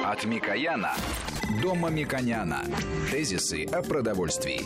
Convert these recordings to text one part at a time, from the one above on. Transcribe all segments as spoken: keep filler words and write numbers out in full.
От Микояна до Мамиконяна. Тезисы о продовольствии.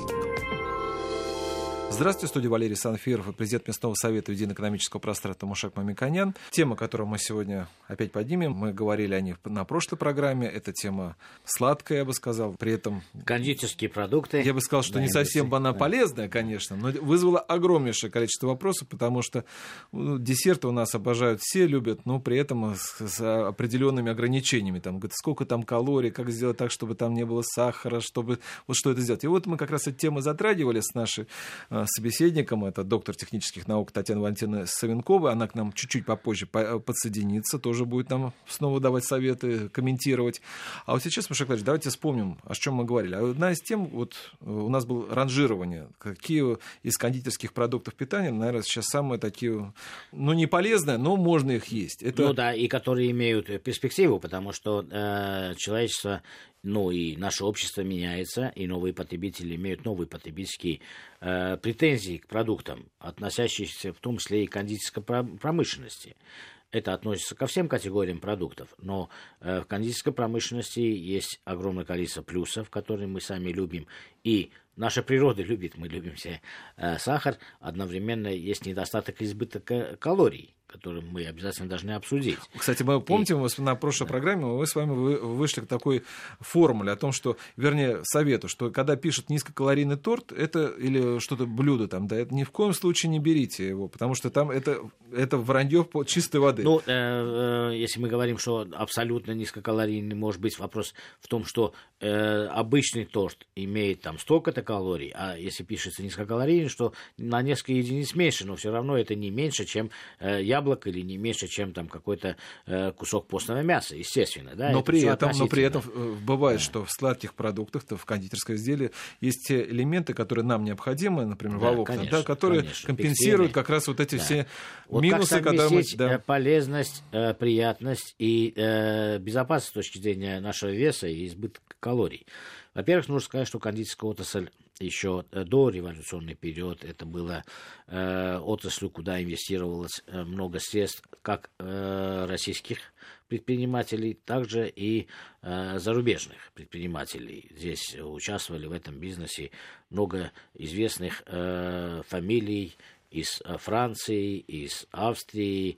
Здравствуйте, в студии Валерий Санфиров и президент Местного совета Единоэкономического пространства Мушек Мамиконян. Тема, которую мы сегодня опять поднимем, мы говорили о ней на прошлой программе. Это тема сладкая, я бы сказал, при этом... Кондитерские продукты. Я бы сказал, что да, не совсем она да. полезная, конечно, но вызвала огромнейшее количество вопросов, потому что ну, десерты у нас обожают все, любят, но при этом с, с определенными ограничениями. Там, говорят, сколько там калорий, как сделать так, чтобы там не было сахара, чтобы... Вот что это сделать. И вот мы как раз эту тему затрагивали с нашей... собеседником, это доктор технических наук Татьяна Валентиновна Савенкова. Она к нам чуть-чуть попозже подсоединится, тоже будет нам снова давать советы, комментировать. А вот сейчас, Мушек Владимирович, давайте вспомним, о чем мы говорили. Одна из тем, вот у нас было ранжирование, какие из кондитерских продуктов питания, наверное, сейчас самые такие, ну, не полезные, но можно их есть. Это... Ну да, и которые имеют перспективу, потому что э, человечество... Ну и наше общество меняется, и новые потребители имеют новые потребительские э, претензии к продуктам, относящиеся в том числе и к кондитерской промышленности. Это относится ко всем категориям продуктов, но э, в кондитерской промышленности есть огромное количество плюсов, которые мы сами любим, и наша природа любит, мы любим все э, сахар, одновременно есть недостаток избытка калорий, которые мы обязательно должны обсудить. Кстати, мы помните, и... на прошлой да. программе мы с вами вышли к такой формуле о том, что, вернее, совету, что когда пишут низкокалорийный торт, это или что-то блюдо там, да, это ни в коем случае не берите его, потому что там это, это вранье чистой воды. Ну, э, э, если мы говорим, что абсолютно низкокалорийный, может быть вопрос в том, что э, обычный торт имеет там столько-то калорий, а если пишется низкокалорийный, что на несколько единиц меньше, но все равно это не меньше, чем э, яблоко, или не меньше, чем там какой-то э, кусок постного мяса, естественно. Да? Но, это при этом, но при этом бывает, да. что в сладких продуктах, в кондитерском изделии есть те элементы, которые нам необходимы, например, да, волокна, конечно, да, которые конечно, компенсируют пектины. Как раз вот эти да. все вот минусы, когда мы... Да. полезность, э, приятность и э, безопасность с точки зрения нашего веса и избытка калорий. Во-первых, нужно сказать, что кондитерская отрасль еще до революционный период, это было э, отраслью, куда инвестировалось э, много средств как э, российских предпринимателей, также и э, зарубежных предпринимателей. Здесь участвовали в этом бизнесе много известных э, фамилий из Франции, из Австрии,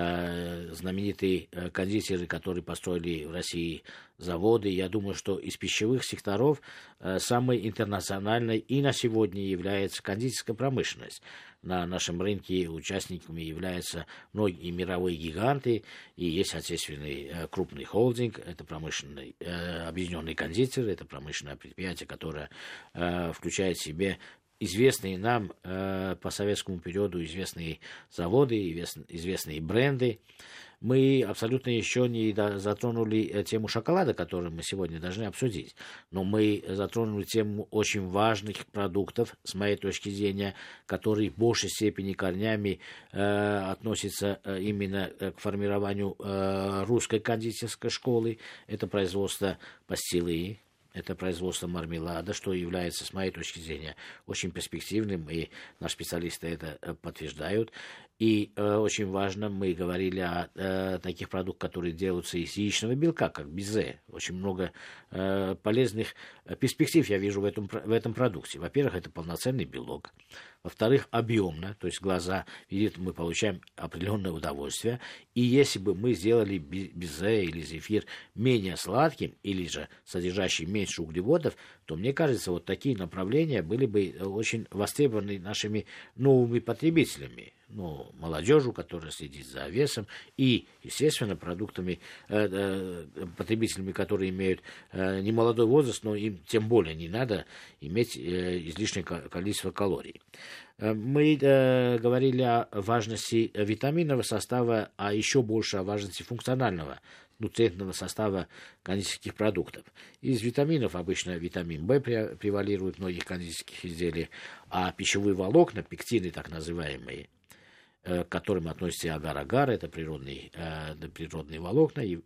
э, знаменитые э, кондитеры, которые построили в России заводы. Я думаю, что из пищевых секторов э, самой интернациональной и на сегодня является кондитерская промышленность. На нашем рынке участниками являются многие мировые гиганты, и есть отечественный э, крупный холдинг, это промышленный э, объединенный кондитер, это промышленное предприятие, которое э, включает в себе известные нам э, по советскому периоду известные заводы, известные бренды. Мы абсолютно еще не затронули тему шоколада, которую мы сегодня должны обсудить. Но мы затронули тему очень важных продуктов, с моей точки зрения, которые в большей степени корнями э, относятся э, именно к формированию э, русской кондитерской школы. Это производство пастилы, это производство мармелада, что является, с моей точки зрения, очень перспективным, и наши специалисты это подтверждают. И э, очень важно, мы говорили о э, таких продуктах, которые делаются из яичного белка, как безе. Очень много э, полезных перспектив я вижу в этом, в этом продукте. Во-первых, это полноценный белок. Во-вторых, объемно, то есть глаза видят, мы получаем определенное удовольствие. И если бы мы сделали безе или зефир менее сладким, или же содержащим меньше углеводов, то, мне кажется, вот такие направления были бы очень востребованы нашими новыми потребителями. Ну, молодежью, которая следит за весом, и, естественно, продуктами, э, э, потребителями, которые имеют э, немолодой возраст, но им тем более не надо иметь э, излишнее количество калорий. Э, мы э, говорили о важности витаминного состава, а еще больше о важности функционального нутритного состава кондитерских продуктов. Из витаминов обычно витамин В превалирует в многих кондитерских изделиях, а пищевые волокна, пектины так называемые, к которым относится агар-агар, это природные, э, природные волокна, э,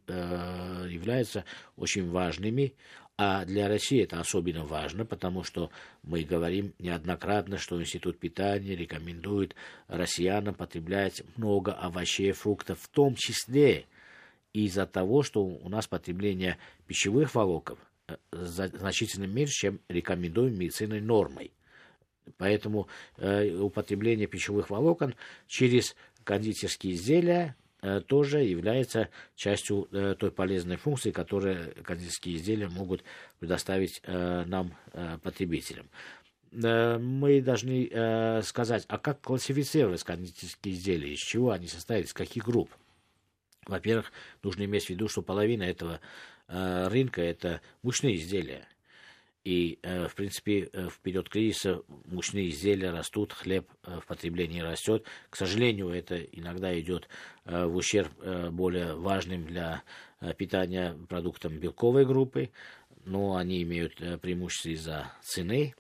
являются очень важными. А для России это особенно важно, потому что мы говорим неоднократно, что Институт питания рекомендует россиянам потреблять много овощей и фруктов, в том числе из-за того, что у нас потребление пищевых волокон значительно меньше, чем рекомендуем медицинской нормой. Поэтому э, употребление пищевых волокон через кондитерские изделия э, тоже является частью э, той полезной функции, которую кондитерские изделия могут предоставить э, нам, э, потребителям. Э, мы должны э, сказать, а как классифицировать кондитерские изделия, из чего они состоят, из каких групп? Во-первых, нужно иметь в виду, что половина этого э, рынка – это мучные изделия. И, э, в принципе, э, в период кризиса мучные изделия растут, хлеб э, в потреблении растет. К сожалению, это иногда идет э, в ущерб э, более важным для э, питания продуктам белковой группы, но они имеют э, преимущество из-за цены.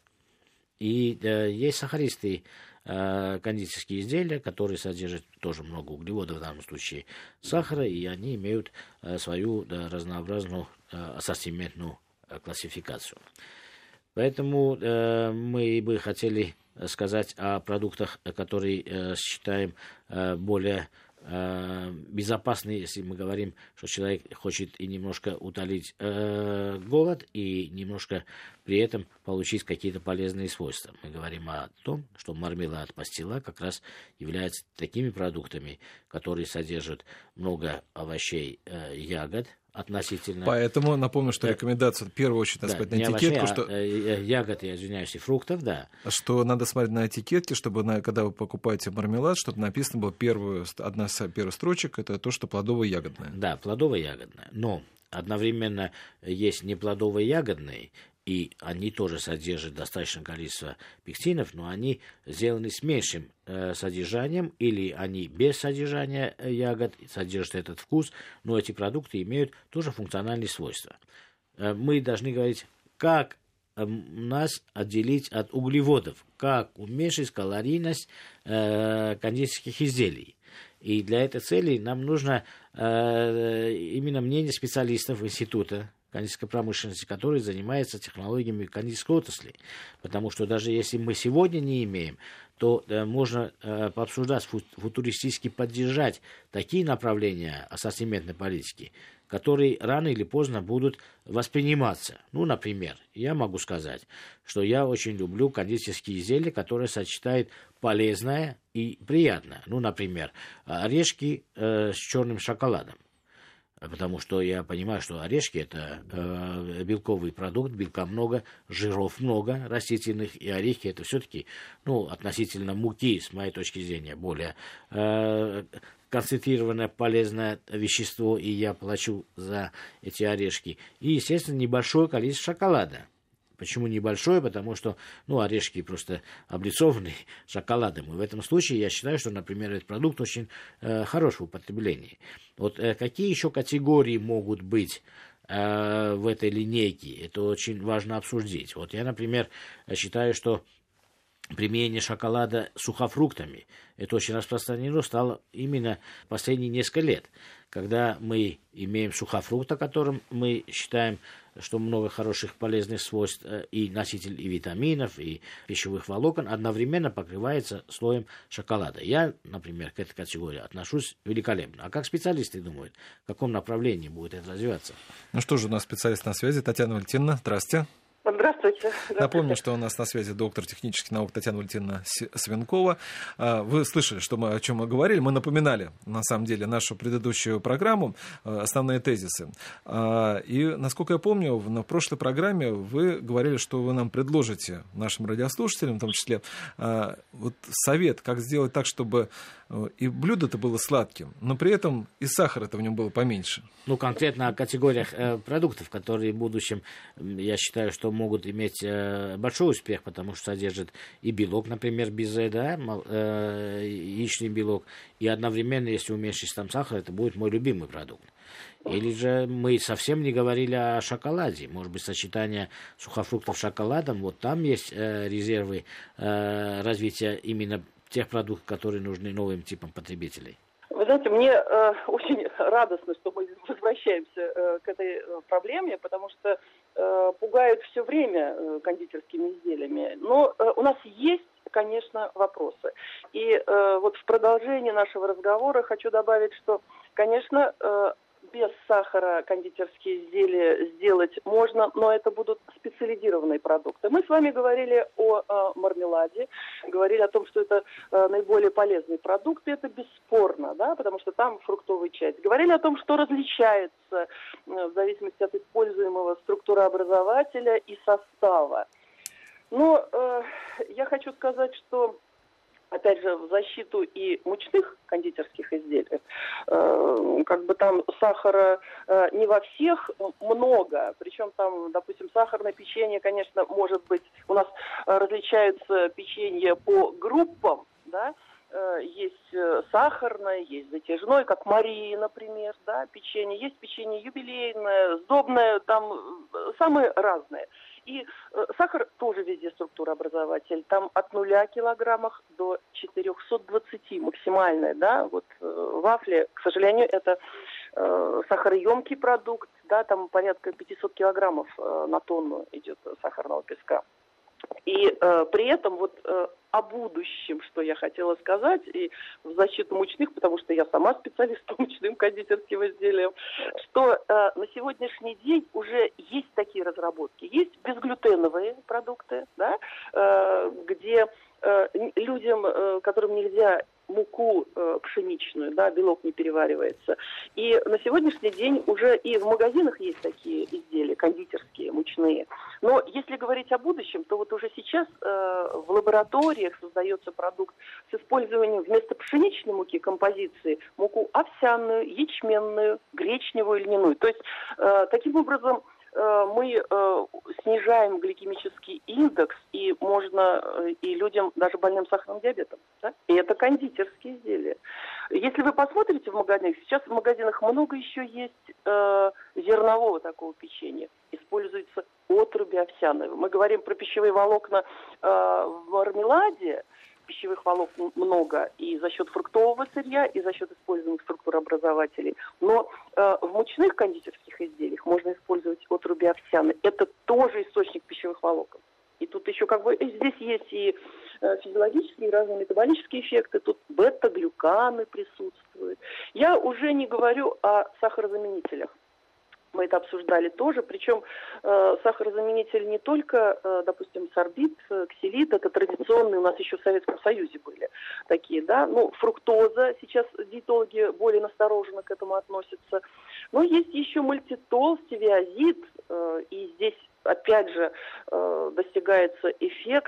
И э, есть сахаристые э, кондитерские изделия, которые содержат тоже много углеводов, в данном случае сахара, и они имеют э, свою да, разнообразную э, ассортиментную классификацию. Поэтому э, мы бы хотели сказать о продуктах, которые э, считаем э, более э, безопасными, если мы говорим, что человек хочет и немножко утолить э, голод, и немножко при этом получить какие-то полезные свойства. Мы говорим о том, что мармелад, пастила как раз являются такими продуктами, которые содержат много овощей, э, ягод, относительно. Поэтому напомню, что рекомендация, в первую очередь, надо да, смотреть на овощей, этикетку, а, что... э, ягод, я извиняюсь, и фруктов, да. Что надо смотреть на этикетки, чтобы, на, когда вы покупаете мармелад, чтобы написано было первую, одна из первых строчек, это то, что плодово-ягодное. Да, плодово-ягодное. Но одновременно есть неплодово-ягодные, и они тоже содержат достаточное количество пектинов, но они сделаны с меньшим э, содержанием, или они без содержания ягод, содержат этот вкус, но эти продукты имеют тоже функциональные свойства. Э, мы должны говорить, как э, нас отделить от углеводов, как уменьшить калорийность э, кондитерских изделий. И для этой цели нам нужно э, именно мнение специалистов института кондитерской промышленности, который занимается технологиями кондитерской отрасли. Потому что даже если мы сегодня не имеем, то э, можно э, пообсуждать, фу- футуристически поддержать такие направления ассортиментной политики, которые рано или поздно будут восприниматься. Ну, например, я могу сказать, что я очень люблю кондитерские изделия, которые сочетают полезное и приятное. Ну, например, орешки э, с черным шоколадом. Потому что я понимаю, что орешки – это э, белковый продукт, белка много, жиров много растительных, и орехи – это все-таки, ну, относительно муки, с моей точки зрения, более э, концентрированное полезное вещество, и я плачу за эти орешки. И, естественно, небольшое количество шоколада. Почему небольшое? Потому что, ну, орешки просто облицованы шоколадом. И в этом случае я считаю, что, например, этот продукт очень э, хорош в употреблении. Вот э, какие еще категории могут быть э, в этой линейке? Это очень важно обсудить. Вот я, например, считаю, что применение шоколада с сухофруктами, это очень распространено стало именно последние несколько лет, когда мы имеем сухофрукт, о котором мы считаем, что много хороших полезных свойств, и носитель и витаминов, и пищевых волокон, одновременно покрывается слоем шоколада. Я, например, к этой категории отношусь великолепно. А как специалисты думают, в каком направлении будет это развиваться? Ну что же, у нас специалист на связи, Татьяна Валентиновна, здравствуйте. Здравствуйте. Здравствуйте. Напомню, что у нас на связи доктор технических наук Татьяна Валентиновна Свинкова. Вы слышали, что мы, о чем мы говорили. Мы напоминали, на самом деле, нашу предыдущую программу, основные тезисы. И, насколько я помню, на прошлой программе вы говорили, что вы нам предложите, нашим радиослушателям в том числе, вот совет, как сделать так, чтобы и блюдо-то было сладким, но при этом и сахара-то в нем было поменьше. Ну, конкретно о категориях э, продуктов, которые в будущем, я считаю, что могут иметь э, большой успех, потому что содержат и белок, например, безе, да, э, яичный белок, и одновременно, если уменьшить там сахар, это будет мой любимый продукт. Или же мы совсем не говорили о шоколаде. Может быть, сочетание сухофруктов с шоколадом, вот там есть э, резервы э, развития именно тех продуктов, которые нужны новым типам потребителей. Вы знаете, мне э, очень радостно, что мы возвращаемся э, к этой проблеме, потому что э, пугают все время э, кондитерскими изделиями. Но э, у нас есть, конечно, вопросы. И э, вот в продолжении нашего разговора хочу добавить, что, конечно, э, без сахара кондитерские изделия сделать можно, но это будут специализированные продукты. Мы с вами говорили о э, мармеладе, говорили о том, что это э, наиболее полезный продукт, и это бесспорно, да, потому что там фруктовая часть. Говорили о том, что различается э, в зависимости от используемого структурообразователя и состава. Но э, я хочу сказать, что опять же, в защиту и мучных кондитерских изделий, э, как бы там сахара э, не во всех много, причем там, допустим, сахарное печенье, конечно, может быть, у нас э, различаются печенья по группам, да, э, есть сахарное, есть затяжное, как Мария, например, да, печенье, есть печенье юбилейное, сдобное, там самые разные. И э, сахар тоже везде структурообразователь. Там от нуля килограммов до четыреста двадцать максимальная, да, вот э, вафли, к сожалению, это э, сахароемкий продукт, да, там порядка пятьсот килограммов э, на тонну идет сахарного песка. И э, при этом вот э, о будущем, что я хотела сказать, и в защиту мучных, потому что я сама специалист по мучным кондитерским изделиям, что э, на сегодняшний день уже есть такие разработки. Есть безглютеновые продукты, да, э, где э, людям, э, которым нельзя муку э, пшеничную, да, белок не переваривается. И на сегодняшний день уже и в магазинах есть такие изделия, кондитерские, мучные. Но если говорить о будущем, то вот уже сейчас э, в лабораториях создается продукт с использованием вместо пшеничной муки композиции муку овсяную, ячменную, гречневую, льняную. То есть э, таким образом мы э, снижаем гликемический индекс, и можно э, и людям, даже больным сахарным диабетом. Да? И это кондитерские изделия. Если вы посмотрите в магазинах, сейчас в магазинах много еще есть э, зернового такого печенья. Используются отруби овсяные. Мы говорим про пищевые волокна э, в мармеладе. Пищевых волокон много и за счет фруктового сырья, и за счет использованных структурообразователей. Но э, в мучных кондитерских изделиях можно использовать отруби овсяные. Это тоже источник пищевых волокон. И тут еще как бы здесь есть и э, физиологические, и разные метаболические эффекты. Тут бета-глюканы присутствуют. Я уже не говорю о сахарозаменителях. Мы это обсуждали тоже, причем э, сахарозаменитель не только, э, допустим, сорбит, ксилит, это традиционные, у нас еще в Советском Союзе были такие, да, ну, фруктоза, сейчас диетологи более настороженно к этому относятся, но есть еще мальтитол, стевиазид, э, и здесь опять же э, достигается эффект,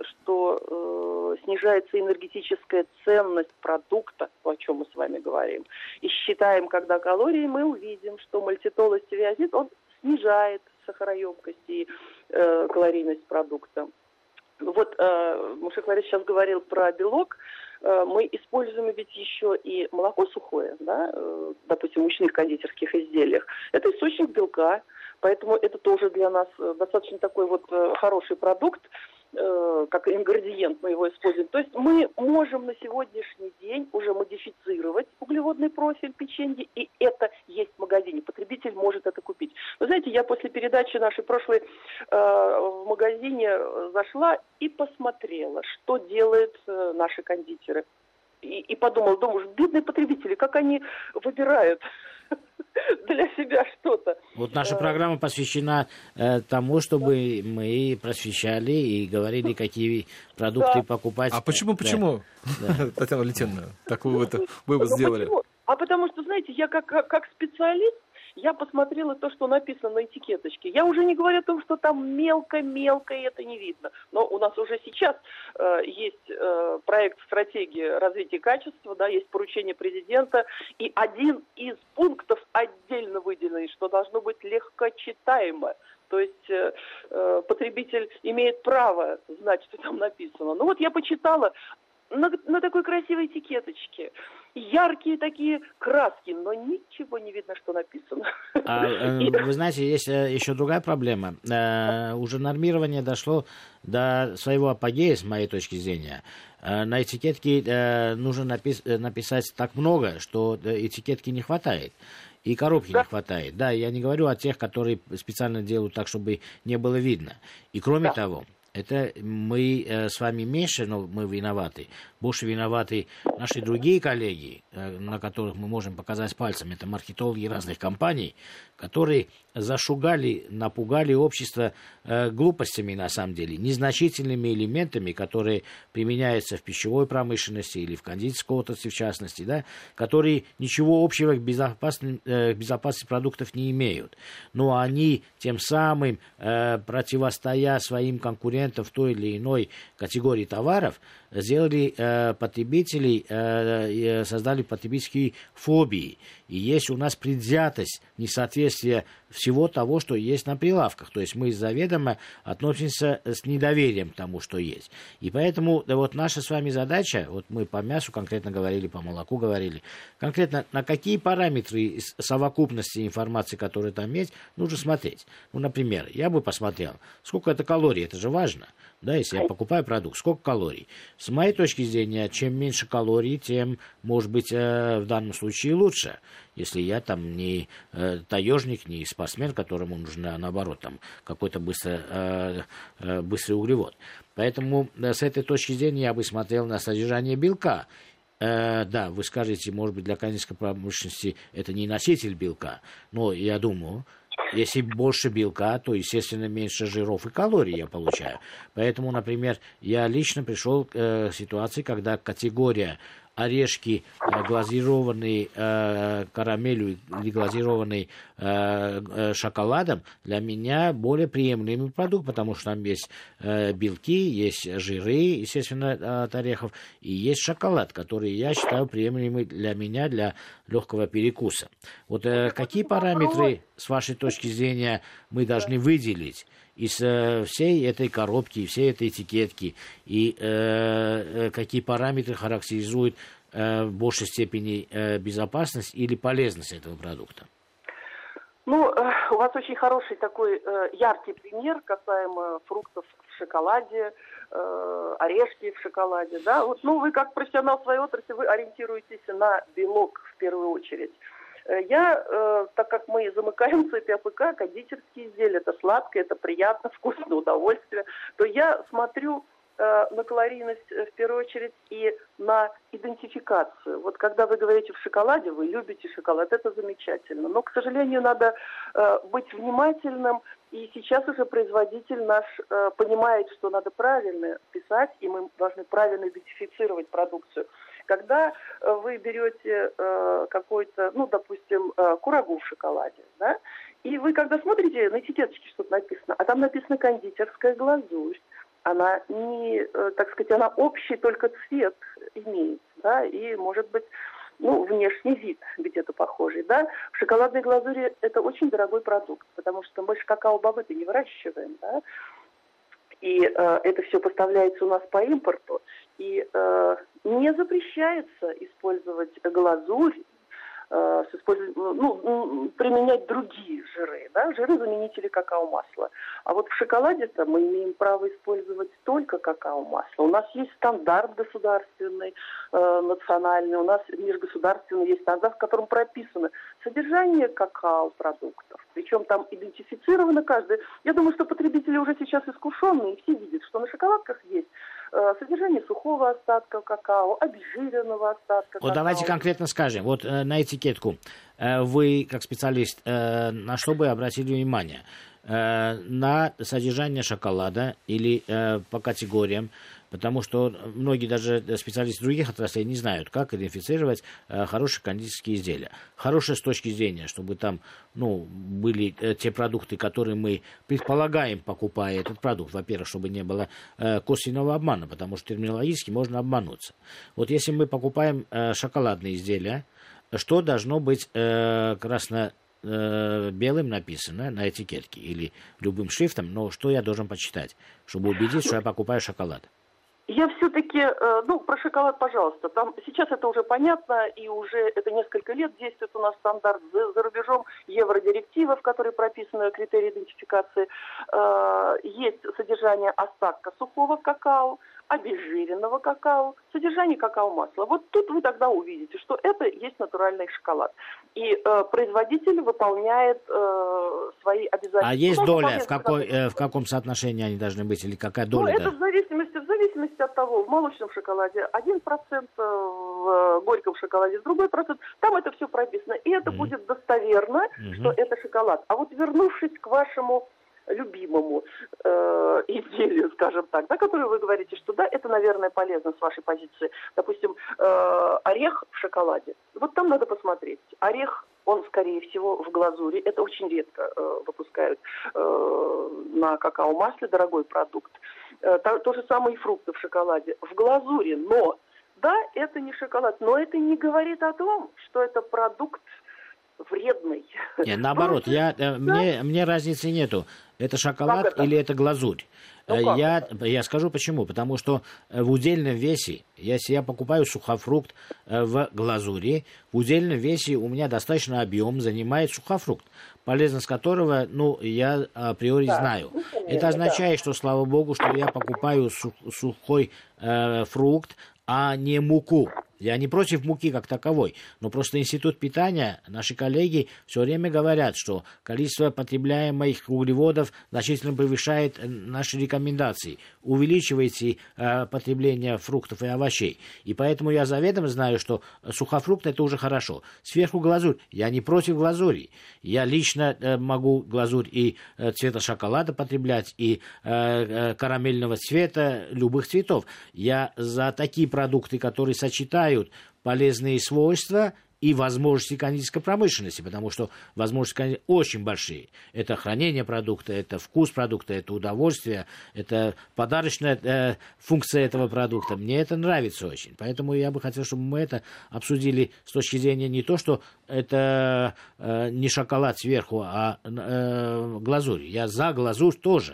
что э, снижается энергетическая ценность продукта, о чем мы с вами говорим. И считаем, когда калории, мы увидим, что мальтитол и стевиазид, он снижает сахароемкость и э, калорийность продукта. Вот э, Мушек Ларис сейчас говорил про белок. Э, мы используем ведь еще и молоко сухое, да, э, допустим, в мучных кондитерских изделиях. Это источник белка. Поэтому это тоже для нас достаточно такой вот хороший продукт, э, как ингредиент мы его используем. То есть мы можем на сегодняшний день уже модифицировать углеводный профиль печенья, и это есть в магазине. Потребитель может это купить. Вы знаете, я после передачи нашей прошлой э, в магазине зашла и посмотрела, что делают э, наши кондитеры. И, и подумала, думаю, бедные потребители, как они выбирают для себя что-то. Вот наша программа посвящена э, тому, чтобы мы просвещали и говорили, какие продукты да. покупать. А почему, почему, да. Татьяна Валентиновна, такой вот вывод ну, сделали? Почему? А потому что, знаете, я как, как, как специалист, я посмотрела то, что написано на этикеточке. Я уже не говорю о том, что там мелко-мелко, и это не видно. Но у нас уже сейчас э, есть э, проект стратегии развития качества, да, есть поручение президента, и один из пунктов отдельно выделенный, что должно быть легкочитаемо. То есть э, э, потребитель имеет право знать, что там написано. Ну вот я почитала на, на такой красивой этикеточке. Яркие такие краски, но ничего не видно, что написано. А, э, вы знаете, есть еще другая проблема. Э, уже нормирование дошло до своего апогея, с моей точки зрения. Э, на этикетке э, нужно напис- написать так много, что этикетки не хватает. И коробки да. не хватает. Да, я не говорю о тех, которые специально делают так, чтобы не было видно. И кроме да. того, Это мы э, с вами меньше, но мы виноваты. Больше виноваты наши другие коллеги, э, на которых мы можем показать пальцем. Это маркетологи разных компаний, которые зашугали, напугали общество э, глупостями, на самом деле, незначительными элементами, которые применяются в пищевой промышленности или в кондитерской отрасли, в частности, да, которые ничего общего к безопасности, э, безопасности продуктов не имеют. Но они тем самым, э, противостоя своим конкурентам в той или иной категории товаров, сделали э, потребителей, э, создали потребительские фобии. И есть у нас предвзятость, несоответствие всего того, что есть на прилавках. То есть мы заведомо относимся с недоверием к тому, что есть. И поэтому да, вот наша с вами задача, вот мы по мясу конкретно говорили, по молоку говорили, конкретно на какие параметры совокупности информации, которая там есть, нужно смотреть. Ну, например, я бы посмотрел, сколько это калорий, это же важно. Да, если я покупаю продукт, сколько калорий? С моей точки зрения, чем меньше калорий, тем, может быть, э, в данном случае лучше. Если я там не э, таежник, не спортсмен, которому нужно, наоборот, там, какой-то быстро, э, э, быстрый углевод. Поэтому э, с этой точки зрения я бы смотрел на содержание белка. Э, да, вы скажете, может быть, для кондитерской промышленности это не носитель белка, но я думаю... Если больше белка, то, естественно, меньше жиров и калорий я получаю. Поэтому, например, я лично пришел к э, ситуации, когда категория орешки, э, глазированные э, карамелью или глазированные э, э, шоколадом, для меня более приемлемый продукт, потому что там есть э, белки, есть жиры, естественно, от орехов, и есть шоколад, который я считаю приемлемый для меня, для легкого перекуса. Вот э, какие параметры, с вашей точки зрения, мы должны выделить из э, всей этой коробки, всей этой этикетки, и э, э, какие параметры характеризуют э, в большей степени э, безопасность или полезность этого продукта? Ну, э, у вас очень хороший такой э, яркий пример касаемо фруктов в шоколаде, э, орешки в шоколаде, да. Вот, ну, вы как профессионал в своей отрасли, вы ориентируетесь на белок в первую очередь. Я, э, так как мы замыкаем цепь АПК, кондитерские изделия, это сладкое, это приятно, вкусно, удовольствие, то я смотрю э, на калорийность в первую очередь и на идентификацию. Вот когда вы говорите в шоколаде, вы любите шоколад, это замечательно. Но, к сожалению, надо э, быть внимательным, и сейчас уже производитель наш э, понимает, что надо правильно писать, и мы должны правильно идентифицировать продукцию. Когда э, вы берете э, какой-то, ну, допустим, э, курагу в шоколаде, да, и вы когда смотрите на этикеточке что-то написано, а там написано кондитерская глазурь, она не, э, так сказать, она общий только цвет имеет, да, и может быть, ну, внешний вид где-то похожий, да. В шоколадной глазури это очень дорогой продукт, потому что мы же какао-бобы-то не выращиваем, да. И э, это все поставляется у нас по импорту. И э, не запрещается использовать глазурь, э, с использов... ну, применять другие жиры, да, жиры-заменители какао-масла. А вот в шоколаде-то мы имеем право использовать только какао-масло. У нас есть стандарт государственный, э, национальный, у нас межгосударственный есть стандарт, в котором прописано содержание какао-продуктов. Причем там идентифицировано каждый. Я думаю, что потребители уже сейчас искушенные, и все видят, что на шоколадках есть э, содержание сухого остатка какао, обезжиренного остатка какао. Вот давайте конкретно скажем. Вот э, на этикетку э, вы, как специалист, э, на что бы обратили внимание? Э, на содержание шоколада или э, по категориям? Потому что многие даже специалисты других отраслей не знают, как идентифицировать э, хорошие кондитерские изделия. Хорошие с точки зрения, чтобы там, ну, были э, те продукты, которые мы предполагаем, покупая этот продукт. Во-первых, чтобы не было э, косвенного обмана, потому что терминологически можно обмануться. Вот если мы покупаем э, шоколадные изделия, что должно быть э, красно белым написано на этикетке или любым шрифтом, но что я должен почитать, чтобы убедиться, что я покупаю шоколад? Я все-таки, ну, про шоколад, пожалуйста. Там сейчас это уже понятно, и уже это несколько лет действует у нас стандарт за, за рубежом, евродиректива, в которой прописаны критерии идентификации. Есть содержание остатка сухого какао, обезжиренного какао, содержание какао-масла. Вот тут вы тогда увидите, что это есть натуральный шоколад. И э, производитель выполняет э, свои обязательства. А есть ну, доля, в, какой, э, в каком соотношении они должны быть, или какая доля? Ну, это в зависимости, в зависимости от того, в молочном шоколаде один процент, в горьком шоколаде другой процент, там это все прописано. И это mm-hmm. будет достоверно, mm-hmm. что это шоколад. А вот вернувшись к вашему любимому э, изделию, скажем так, да, которое вы говорите, что да, это, наверное, полезно с вашей позиции. Допустим, э, орех в шоколаде. Вот там надо посмотреть. Орех, он, скорее всего, в глазури. Это очень редко э, выпускают э, на какао-масле, дорогой продукт. Э, то, то же самое и фрукты в шоколаде. В глазури, но, да, это не шоколад, но это не говорит о том, что это продукт вредный. Нет, наоборот, я, да? мне, мне разницы нету. Это шоколад это? или это глазурь? Ну, я, я скажу почему. Потому что в удельном весе, если я покупаю сухофрукт в глазури, в удельном весе у меня достаточно объем занимает сухофрукт, полезность которого, ну, я априори да. знаю. Ну, это означает, да. что, слава богу, что я покупаю сух, сухой э, фрукт, а не муку. Я не против муки как таковой, но просто институт питания, наши коллеги все время говорят, что количество потребляемых углеводов значительно превышает наши рекомендации. Увеличивайте э, потребление фруктов и овощей. И поэтому я заведомо знаю, что сухофрукт это уже хорошо. Сверху глазурь. Я не против глазури. Я лично э, могу глазурь и э, цвета шоколада потреблять, и э, э, карамельного цвета, любых цветов. Я за такие продукты, которые сочетают полезные свойства и возможности кондитерской промышленности, потому что возможности очень большие. Это хранение продукта, это вкус продукта, это удовольствие, это подарочная э, функция этого продукта. Мне это нравится очень. Поэтому я бы хотел, чтобы мы это обсудили с точки зрения не то, что это э, не шоколад сверху, а э, глазурь. Я за глазурь тоже.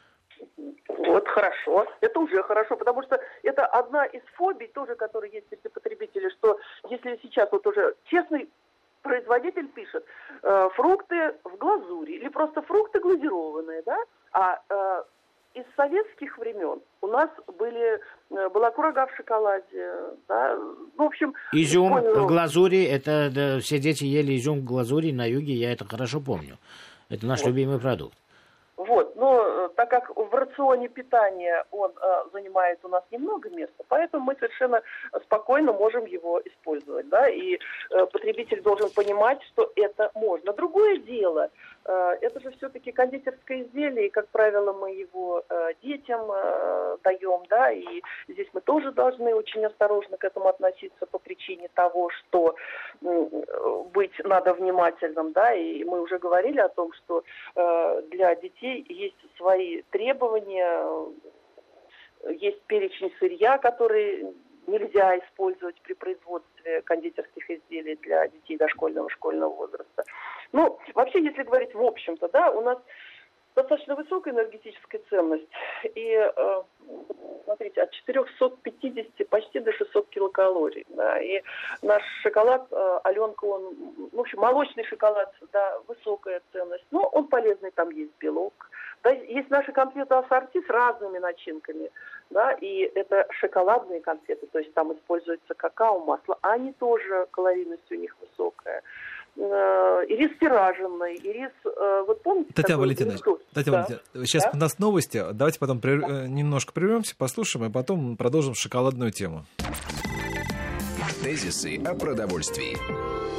Вот хорошо, это уже хорошо, потому что это одна из фобий тоже, которая есть среди потребителей, что если сейчас вот уже честный производитель пишет э, фрукты в глазури или просто фрукты глазированные, да, а э, из советских времен у нас были, была курага в шоколаде, да, ну, в общем... Изюм понял... в глазури, это да, все дети ели изюм в глазури на юге, я это хорошо помню. Это наш вот. любимый продукт. Вот, но так как в рационе питания он э, занимает у нас немного места, поэтому мы совершенно спокойно можем его использовать, да, и э, потребитель должен понимать, что это можно. Другое дело, э, это же все-таки кондитерское изделие, и, как правило, мы его э, детям э, даем, да, и здесь мы тоже должны очень осторожно к этому относиться по причине того, что э, быть надо внимательным, да, и мы уже говорили о том, что э, для детей есть свои требования, есть перечень сырья, который нельзя использовать при производстве кондитерских изделий для детей дошкольного школьного возраста. Ну, вообще, если говорить в общем-то, да, у нас достаточно высокая энергетическая ценность. И, э, смотрите, от четырехсот пятидесяти почти до шестисот килокалорий. Да, и наш шоколад, э, Аленка, он, в общем, молочный шоколад, да, высокая ценность. Но он полезный, там есть белок. Да, есть наши конфеты ассорти с разными начинками. Да, и это шоколадные конфеты, то есть там используется какао-масло, а они тоже, калорийность у них высокая. Ирис пирожный, ирис, вот помните? Татьяна Валентиновна, Татьяна да? Валентиновна, сейчас да? у нас новости, давайте потом прер... да. немножко прервемся, послушаем, и потом продолжим шоколадную тему. Тезисы о продовольствии.